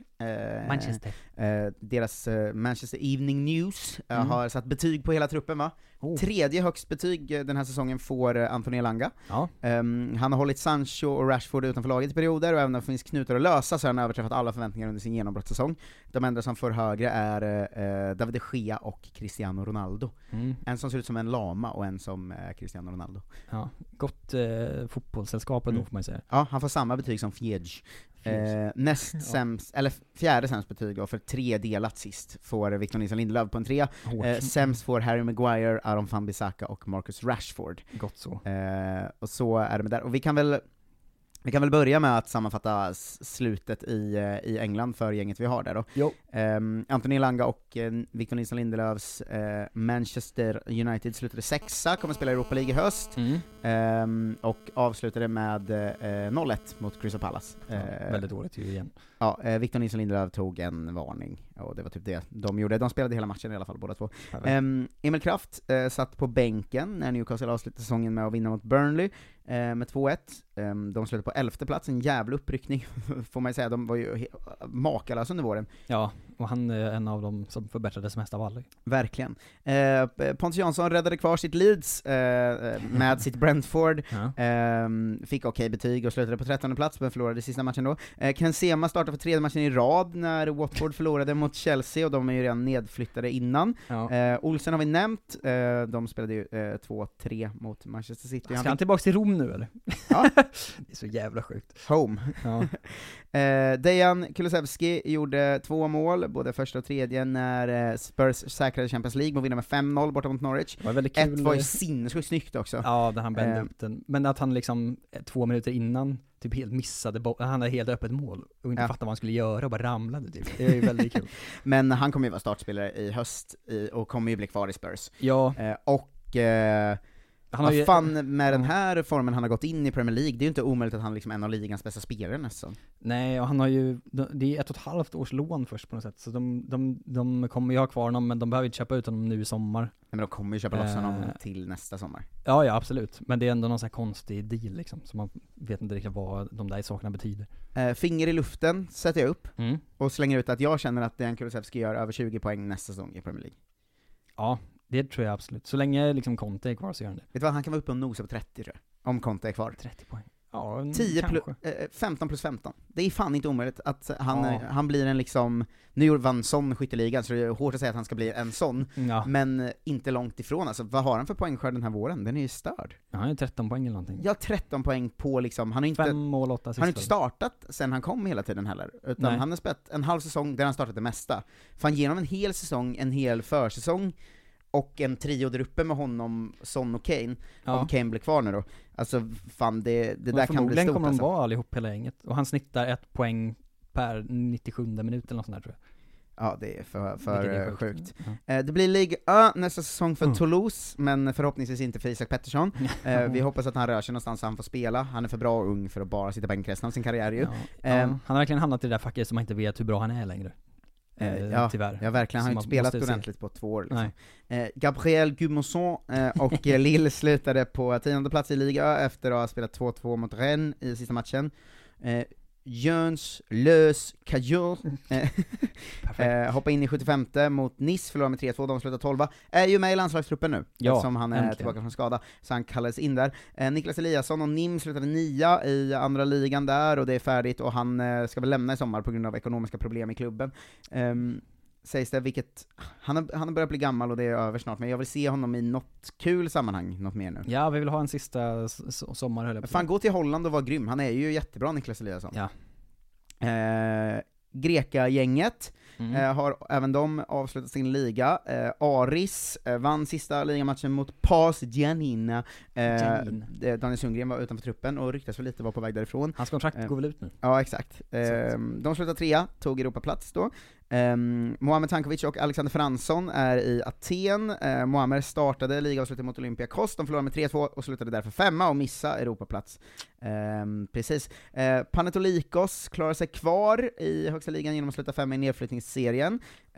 Deras Manchester Evening News har satt betyg på hela truppen, va? Tredje högst betyg den här säsongen får Anthony Elanga. Han har hållit Sancho och Rashford utanför laget i perioder, och även om det finns knutar att lösa så har han överträffat alla förväntningar under sin genombrottssäsong. De enda som får högre är David de Gea och Cristiano Ronaldo. En som ser ut som en lama och en som Cristiano Ronaldo. Ja, gott fotbollssällskap då, får man säga. Ja, han får samma betyg som Fjädj. Näst sämst, eller fjärde sämst betyg då, för 3 delat sist får Victor Nilsson Lindelöf på en 3. Sämst får Harry Maguire, Aaron Wan-Bissaka och Marcus Rashford. Gott så. Och så är det med där. Och vi kan väl börja med att sammanfatta slutet i England för gänget vi har där då. Anthony Elanga och Victor Nilsson Lindelöfs Manchester United slutade 6:a, kommer spela Europa League i höst, och avslutade med 0-1 mot Crystal Palace. Väldigt dåligt ju igen. Ja, Victor Nilsson Lindelöf tog en varning, och det var typ det de gjorde. De spelade hela matchen i alla fall, båda två. Emil Kraft satt på bänken när Newcastle avslutade säsongen med att vinna mot Burnley med 2-1. De slutade på 11:e plats, en jävla uppryckning får man ju säga. De var ju makalösa under våren. Ja, och han är en av dem som förbättrades mest av alla. Verkligen. Pontus Jansson räddade kvar sitt Leeds med sitt Brentford. Fick okej betyg och slutade på 13:e plats, men förlorade sista matchen då. Ken Sema startade för 3:e matchen i rad när Watford förlorade mot Chelsea, och de är ju redan nedflyttade innan. Olsen har vi nämnt. De spelade ju 2-3 mot Manchester City. Ska han tillbaka till Rom nu eller? Ja. Det är så jävla sjukt. Home. Ja. Dejan Kulusevski gjorde 2 mål, både första och tredje, när Spurs säkrade Champions League och vinna med 5-0 borta mot Norwich. Det var väldigt kul. Ett var ju sinnessjukt snyggt också. Ja, där han bände upp den. Men att han liksom 2 minuter innan typ helt missade, han hade helt öppet mål och inte fattade vad han skulle göra och bara ramlade typ. Det är ju väldigt kul. Men han kommer ju vara startspelare i höst och kommer ju bli kvar i Spurs. Ja. Han vad fan med den här formen han har gått in i Premier League, det är ju inte omöjligt att han liksom är en av ligans bästa spelare nästan. Nej, och han har ju, det är 1,5 års lån först på något sätt, så de kommer ju ha kvar honom, men de behöver inte köpa ut honom nu i sommar. Men de kommer ju köpa loss honom till nästa sommar. Ja, absolut. Men det är ändå någon sån här konstig deal liksom, så man vet inte riktigt vad de där sakerna betyder. Finger i luften sätter jag upp och slänger ut att jag känner att Dejan Kulusevski gör över 20 poäng nästa säsong i Premier League. Ja, det tror jag absolut. Så länge liksom Conte är kvar så gör han det. Vet du vad, han kan vara uppe och nosa på 30 tror jag. Om Conte är kvar. 30 poäng. Ja, 15 plus 15. Det är fan inte omöjligt att han blir en liksom, nu vann Son skytteligan så det är hårt att säga att han ska bli en sån, men inte långt ifrån. Alltså, vad har han för poängskörd den här våren? Den är ju störd. Ja, han är 13 poäng eller någonting. Ja, 13 poäng på liksom, han har inte 5 mål, 8 assist. Han har inte startat sen han kom hela tiden heller, utan han har spelat en halv säsong där han startat det mesta. Fan, genom en hel säsong, en hel försäsong och en trio där uppe med honom, Son och Kane, om Kane blir kvar nu då. Alltså fan, det där kan bli stort. Kommer de vara allihop hela gänget. Och han snittar 1 poäng per 97 minut eller något sånt där tror jag. Ja, det är för sjukt. Det blir Ligue 1 nästa säsong för Toulouse, men förhoppningsvis inte för Isak Pettersson. Vi hoppas att han rör sig någonstans så han får spela. Han är för bra och ung för att bara sitta bänk resten av sin karriär ju. Han har verkligen hamnat i det där facket som man inte vet hur bra han är längre. Tyvärr. Ja, verkligen. Han har inte spelat ordentligt på 2 år. Liksom. Gabriel Gumonson och Lille slutade på 10:e plats i Liga efter att ha spelat 2-2 mot Rennes i sista matchen. Jöns Lös Cajur hoppa in i 75:e mot Nice, förlorar med 3-2, de slutar 12. Är ju med i landslagstruppen nu, eftersom han är tillbaka från skada, så han kallades in där. Niklas Eliasson och Nim slutade 9 i andra ligan där, och det är färdigt, och han ska väl lämna i sommar på grund av ekonomiska problem i klubben. sägs det, vilket, han har börjat bli gammal och det är över snart, men jag vill se honom i något kul sammanhang, något mer nu. Ja, vi vill ha en sista sommar, höll jag på. Fan, gå till Holland och vara grym, han är ju jättebra, Niklas Eliasson. Ja. Greka-gänget har även de avslutat sin liga. Aris vann sista ligamatchen mot PAS Giannina. Daniel Sundgren var utanför truppen och ryktas väl lite var på väg därifrån. Hans kontrakt går väl ut nu? Ja, exakt. De slutade 3, tog Europaplats då. Mohamed Tankovic och Alexander Fransson är i Aten. Mohamed startade ligaavslutet mot Olympiakos, de förlorade med 3-2 och slutade därför 5 och missade Europaplats. Precis. Panetolikos klarar sig kvar i högsta ligan genom att sluta 5 i nedflyttningsserien.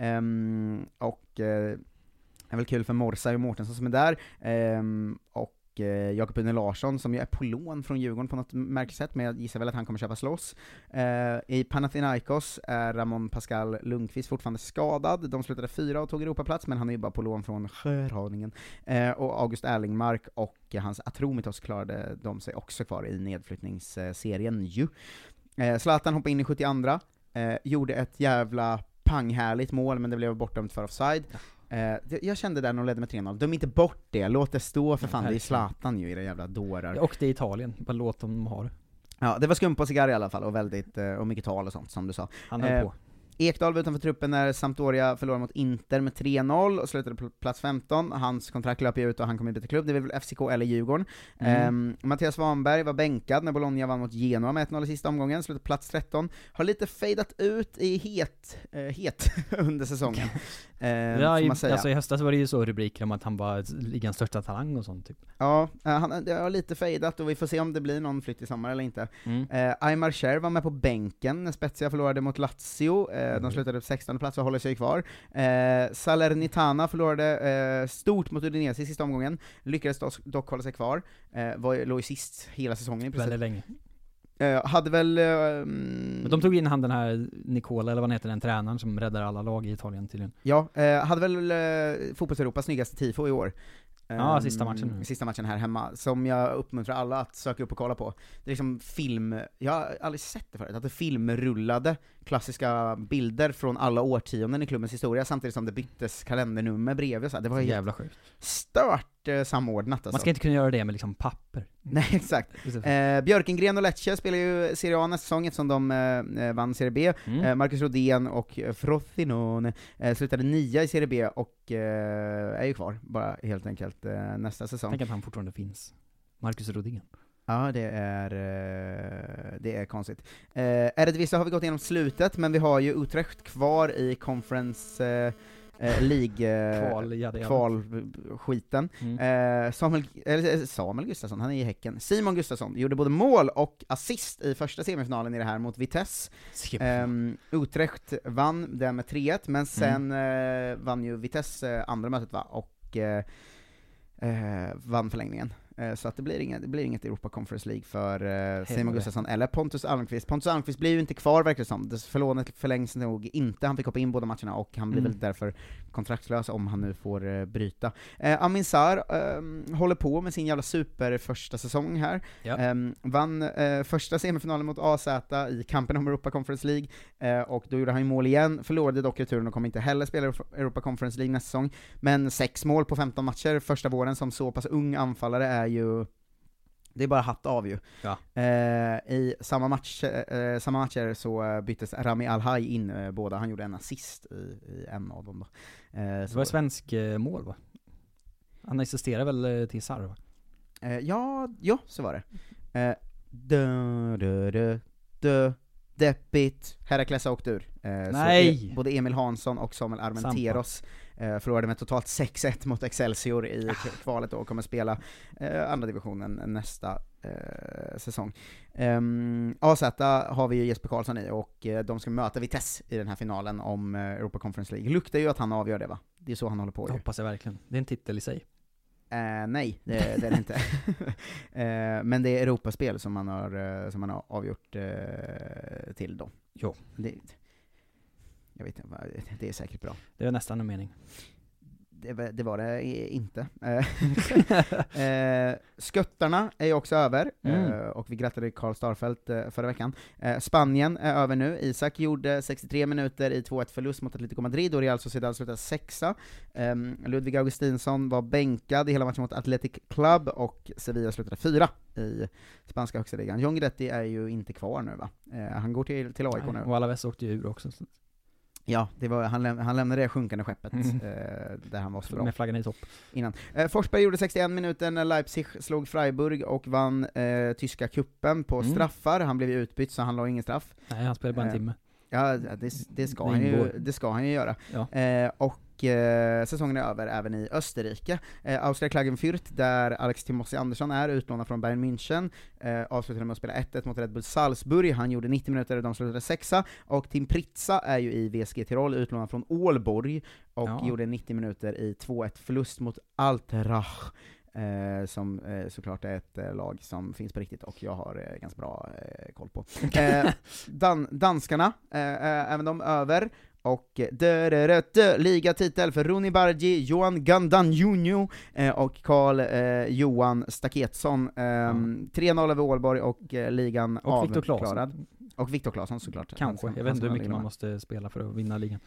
Och är väl kul för Morsa och Mårtensson som är där. Och Jakob Une Larsson som ju är på lån från Djurgården på något märkligt sätt, men jag gissar väl att han kommer köpa loss. I Panathinaikos är Ramon Pascal Lundqvist fortfarande skadad. De slutade 4 och tog Europaplats, men han är ju bara på lån från Skärhaningen. Och August Erlingmark och hans Atromitos klarade de sig också kvar i nedflyttningsserien ju. Zlatan hoppade in i 72, gjorde ett jävla panghärligt mål, men det blev bortdömt för offside. Jag kände där när de ledde med 3-0, de är inte bort det, låt det stå för fan, det är Zlatan ju, era jävla dårar. Och det är Italien, bara låt dem ha det. Ja, det var skum på cigarr i alla fall, och väldigt, och mycket tal och sånt som du sa. Han höll på. Ekdal var utanför truppen när Sampdoria förlorade mot Inter med 3-0 och slutade på plats 15. Hans kontrakt löper ut och han kommer byta klubb, det är väl FCK eller Djurgården. Mattias Svanberg var bänkad när Bologna vann mot Genoa med 1-0 i sista omgången, slutade plats 13. Har lite fejdat ut i het under säsongen. Alltså i höstas var det ju så rubriker om att han var ligans största talang och sånt typ. Ja, han har lite fejdat och vi får se om det blir någon flytt i sommar eller inte. Aymar Cher var med på bänken när Spezia förlorade mot Lazio. De slutade på 16:e plats och håller sig kvar. Salernitana förlorade stort mot Udinese i sista omgången. Lyckades dock hålla sig kvar. Låg ju sist hela säsongen i princip. Väldigt länge. Hade väl... Men de tog in han den här Nicola, eller vad han heter, den tränaren som räddar alla lag i Italien tydligen. Ja, hade väl Fotbolls-Europas snyggaste tifo i år. Ja, sista matchen här hemma, som jag uppmuntrar alla att söka upp och kolla på. Det är liksom film, jag har aldrig sett det förut, att det filmrullade klassiska bilder från alla årtionden i klubbens historia, samtidigt som det byttes kalendernummer bredvid. Så det var jävla sjukt. Stört samordnat alltså. Man ska inte kunna göra det med liksom papper. Nej, exakt. Björkengren och Lecce spelar ju Serie A nästa säsong eftersom de vann Serie B. Marcus Rodén och Frosinone slutade 9 i Serie B och är ju kvar bara helt enkelt nästa säsong. Tänk att han fortfarande finns. Marcus Rodén. Ja, det är konstigt. Eredivisie har vi gått igenom slutet, men vi har ju Utrecht kvar i Conference kvalskiten. Samuel Gustafsson, han är i Häcken. Simon Gustafsson gjorde både mål och assist i första semifinalen i det här mot Vitesse. Utrecht vann den med 3-1, men sen vann ju Vitesse andra mötet och vann förlängningen. Så att det blir inget Europa Conference League för Simon Gustafsson eller Pontus Almqvist. Pontus Almqvist blir ju inte kvar, verkar det som. Förlånet förlängs nog inte, han fick hoppa in båda matcherna och han blir väl därför kontraktslös om han nu får bryta. Amin Sarr håller på med sin jävla super första säsong här. Vann första semifinalen mot AZ i kampen om Europa Conference League och då gjorde han ju mål igen, förlorade dock returen och kommer inte heller spela Europa Conference League nästa säsong, men 6 mål på 15 matcher första våren som så pass ung anfallare är ju, det är bara hatt av ju. I samma matcher så byttes Rami Alhaj in båda, han gjorde en assist i en av dem då. Det var svensk mål va? Han assisterade väl till Sarr va? Ja, så var det. Deppigt, Herakles åkte ur. Nej! Både Emil Hansson och Samuel Armenteros förlorade med totalt 6-1 mot Excelsior i kvalet och kommer spela andra divisionen nästa säsong. AZ har vi ju Jesper Karlsson i och de ska möta Vitesse i den här finalen om Europa Conference League. Luktar ju att han avgör det va? Det är så han håller på. Jag hoppas jag verkligen. Det är en titel i sig. Nej, det är det inte. Men det är Europaspel som man har avgjort till då. Jo. Jag vet inte, det är säkert bra. Det är nästan en mening. Det var det inte. Sköttarna är ju också över, och vi grattade Karl Starfelt förra veckan. Spanien är över nu. Isak gjorde 63 minuter i 2-1 förlust mot Atletico Madrid, och Real Sociedad slutade 6. Ludvig Augustinsson var bänkad i hela matchen mot Athletic Club, och Sevilla slutade 4 i spanska högsta ligan. John Guidetti är ju inte kvar nu, va? Han går till AIK nu. Och Alaves åkte ju ur också. Ja, det var, han lämnade det sjunkande skeppet där han var så bra. Med flaggan i topp. Innan. Forsberg gjorde 61 minuter när Leipzig slog Freiburg och vann tyska kuppen på straffar. Han blev utbytt, så han la ingen straff. Nej, han spelade bara en timme. Ja, det ska han ju göra. Ja. Och säsongen är över även i Österrike. Austria Klagenfurt, där Alex Timossi Andersson är utlånad från Bayern München, avslutade med att spela 1-1 mot Red Bull Salzburg. Han gjorde 90 minuter och de slutade 6. Och Tim Pritza är ju i VSG Tirol, utlånad från Ålborg, och gjorde 90 minuter i 2-1 förlust mot Altrach. Som såklart är ett lag som finns på riktigt och jag har ganska bra koll på. Danskarna, även de över, och ligatitel för Roni Bargi, Johan Gandanjunjo och Carl Johan Staketsson. 3-0 över Ålborg, och ligan och avklarad. Och Viktor Claesson såklart. Kanske, jag vet inte hur mycket man måste spela för att vinna ligan.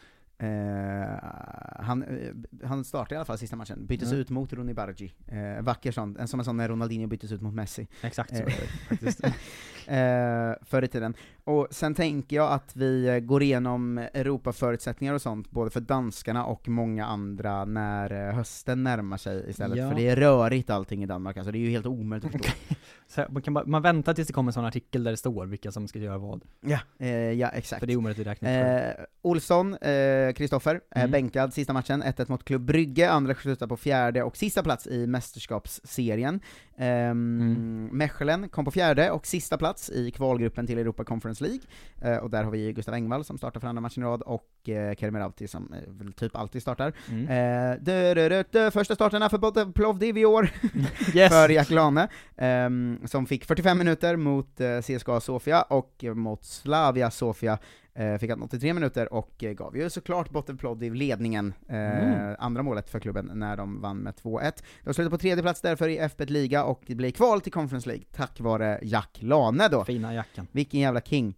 Han startade i alla fall sista matchen, byttes ut mot Roni Bargi, vacker sån, som en sån när Ronaldinho byttes ut mot Messi. Exakt så faktiskt. Förr i tiden. Och sen tänker jag att vi går igenom Europa-förutsättningar och sånt, både för danskarna och många andra, när hösten närmar sig istället, för det är rörigt allting i Danmark, alltså det är ju helt omöjligt att förstå. Så man väntar tills det kommer en sån artikel där det står vilka som ska göra vad. Ja, exakt. För det är omöjligt att räkna. Olsson, Kristoffer, bänkad sista matchen, 1-1 mot Klubb Brygge, andra slutar på 4:e och sista plats i mästerskapsserien. Mechelen kom på 4:e och sista plats i kvalgruppen till Europa Conference League, och där har vi Gustav Engvall som startar för andra matchen i rad, och Kerim Rauti som typ alltid startar. Första starterna för Plovdiv i år för Jack Lane, som fick 45 minuter mot CSKA Sofia, och mot Slavia Sofia fick han 83 minuter och gav ju såklart Botev Plovdiv ledningen, andra målet för klubben när de vann med 2-1. De slutade på 3:e plats därför i F1 Liga, och det blir kval till Conference League tack vare Jack Lane då. Fina jackan. Vilken jävla king.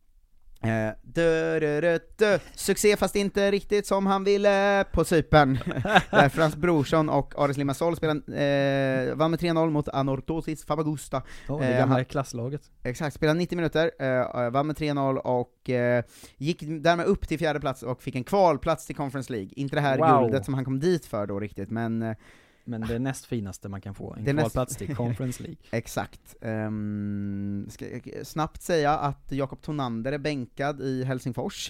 Succé fast inte riktigt som han ville på Cypern. Där Frans Brorsson och Aris Limassol vann med 3-0 mot Anorthosis Famagusta. Det gamla klasslaget. Exakt, spelade 90 minuter, vann med 3-0 och gick därmed upp till 4:e plats och fick en kvalplats till Conference League. Inte det här guldet som han kom dit för då riktigt, men det näst finaste man kan få, en kvalplats till Conference League. Exakt. Ska jag snabbt säga att Jakob Tonander är bänkad i Helsingfors,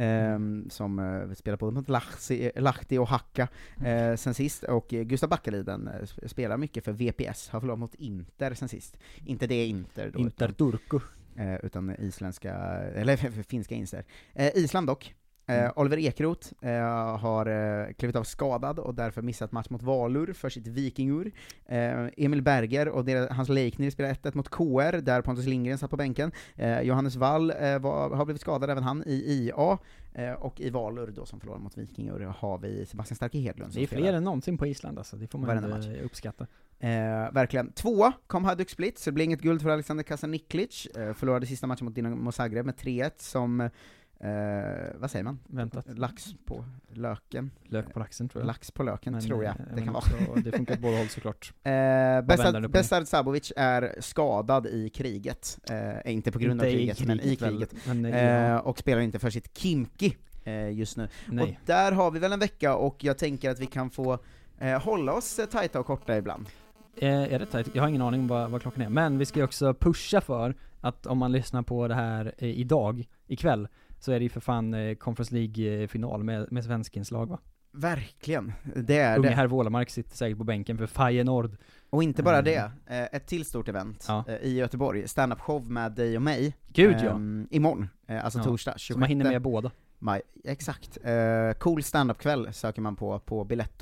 som spelar både mot Lahti och Hacka sen sist, och Gustav Backaliden spelar mycket för VPS, har förlorat mot Inter sen sist. Inte det Inter då, Inter Turku. Utan isländska, eller finska Inter. Island dock. Oliver Ekroth har klivit av skadad och därför missat match mot Valur för sitt Vikingur. Emil Berger och hans Leikner spelar 1-1 mot KR, där Pontus Lindgren satt på bänken. Johannes Wall har blivit skadad, även han, i IA. Och i Valur då, som förlorar mot Vikingur, har vi Sebastian Starke Hedlund. Det är fler än någonsin på Island, alltså. Det får man uppskatta. Verkligen. 2 kom Hajduk Split, så det blir inget guld för Alexander Kasaniklic. Förlorade sista matchen mot Dinamo Zagreb med 3-1 som vad säger man? Väntat. Lax på löken. Lök på laxen, tror jag. Lax på löken, tror jag. Det kan vara. Det funkar på båda håll såklart. Besard Sabovic är skadad i kriget. Inte på grund av kriget, men i kriget. Och spelar inte för sitt Kimki just nu. Nej. Och där har vi väl en vecka, och jag tänker att vi kan få hålla oss tajta och korta ibland. Är det tajt? Jag har ingen aning vad klockan är. Men vi ska ju också pusha för att om man lyssnar på det här ikväll, så är det ju för fan Conference League-final med svensk inslag, va? Verkligen, det är Unge det. herr Wålemark sitter säkert på bänken för Feyenoord. Och inte bara det, ett till stort event i Göteborg, stand-up show med dig och mig. Gud ja. Imorgon, alltså torsdag 26. Så man hinner med båda. Exakt. Cool stand-up kväll söker man på Biletto.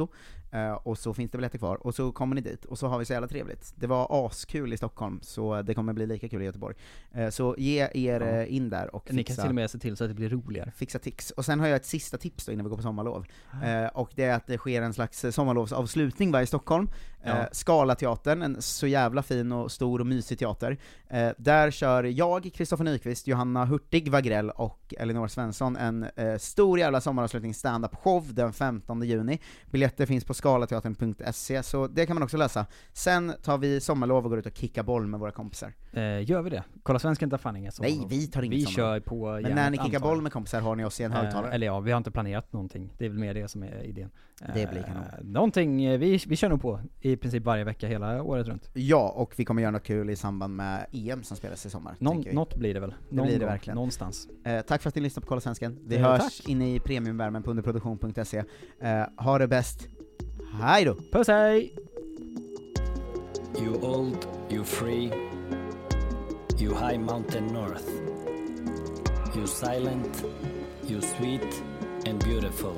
och så finns det biljetter kvar, och så kommer ni dit, och så har vi så jävla trevligt. Det var askul i Stockholm, så det kommer bli lika kul i Göteborg. Så ge er in där och fixa. Ni kan till och med se till så att det blir roligare. Fixa tics. Och sen har jag ett sista tips då innan vi går på sommarlov. Och det är att det sker en slags sommarlovsavslutning i Stockholm. Scalateatern, en så jävla fin och stor och mysig teater. Där kör jag, Kristoffer Nyqvist, Johanna Hurtig Wagrell och Elinor Svensson en stor jävla sommaravslutning stand-up-show den 15 juni. Biljetter finns på scalateatern.se, så det kan man också läsa. Sen tar vi sommarlov och går ut och kickar boll med våra kompisar. Gör vi det? Kolla Svensken tar fan inga sommarlov. Nej, vi tar inget Vi sommarlov. kör på. Men när ni kickar boll med kompisar har ni oss i en högtalare. Eller ja, vi har inte planerat någonting. Det är väl mer det som är idén. Det blir kanon. Någonting, vi kör nog på i princip varje vecka hela året runt. Ja, och vi kommer göra något kul i samband med EM som spelas i sommar. Något blir det väl. Det blir det verkligen. Någonstans. Tack för att ni lyssnade på Kolla Svensken. Vi hörs inne i premiumvärmen på underproduktion.se. Ha det bäst. Hej då! Puss, hej! You old, you free, you high mountain north, you silent, you sweet and beautiful.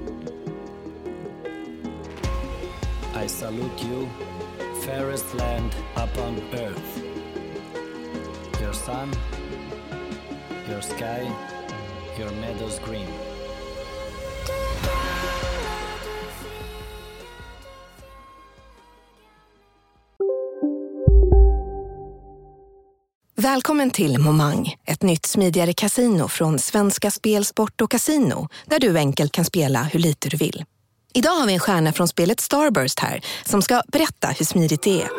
I salute you, fairest land upon earth. Your sun, your sky, your meadows green. Välkommen till Momang, ett nytt smidigare casino från Svenska Spel, Sport och Casino, där du enkelt kan spela hur lite du vill. Idag har vi en stjärna från spelet Starburst här, som ska berätta hur smidigt det är.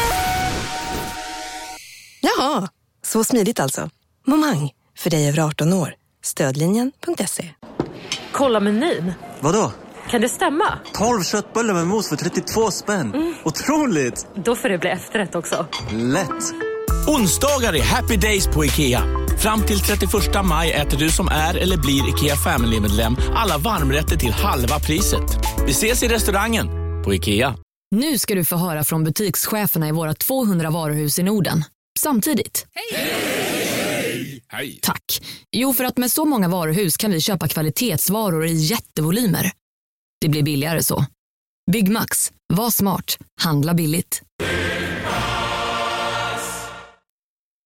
Jaha, så smidigt alltså. Momang, för dig över 18 år. Stödlinjen.se. Kolla menyn. Vadå? Kan det stämma? 12 köttbullar med mos för 32 spänn. Otroligt! Då får det bli efterrätt också. Lätt! Onsdagar är happy days på IKEA. Fram till 31 maj äter du som är eller blir IKEA Family-medlem alla varmrätter till halva priset. Vi ses i restaurangen på IKEA. Nu ska du få höra från butikscheferna i våra 200 varuhus i Norden. Samtidigt. Hej! Hej! Tack. Jo, för att med så många varuhus kan vi köpa kvalitetsvaror i jättevolymer. Det blir billigare så. Byggmax. Var smart. Handla billigt.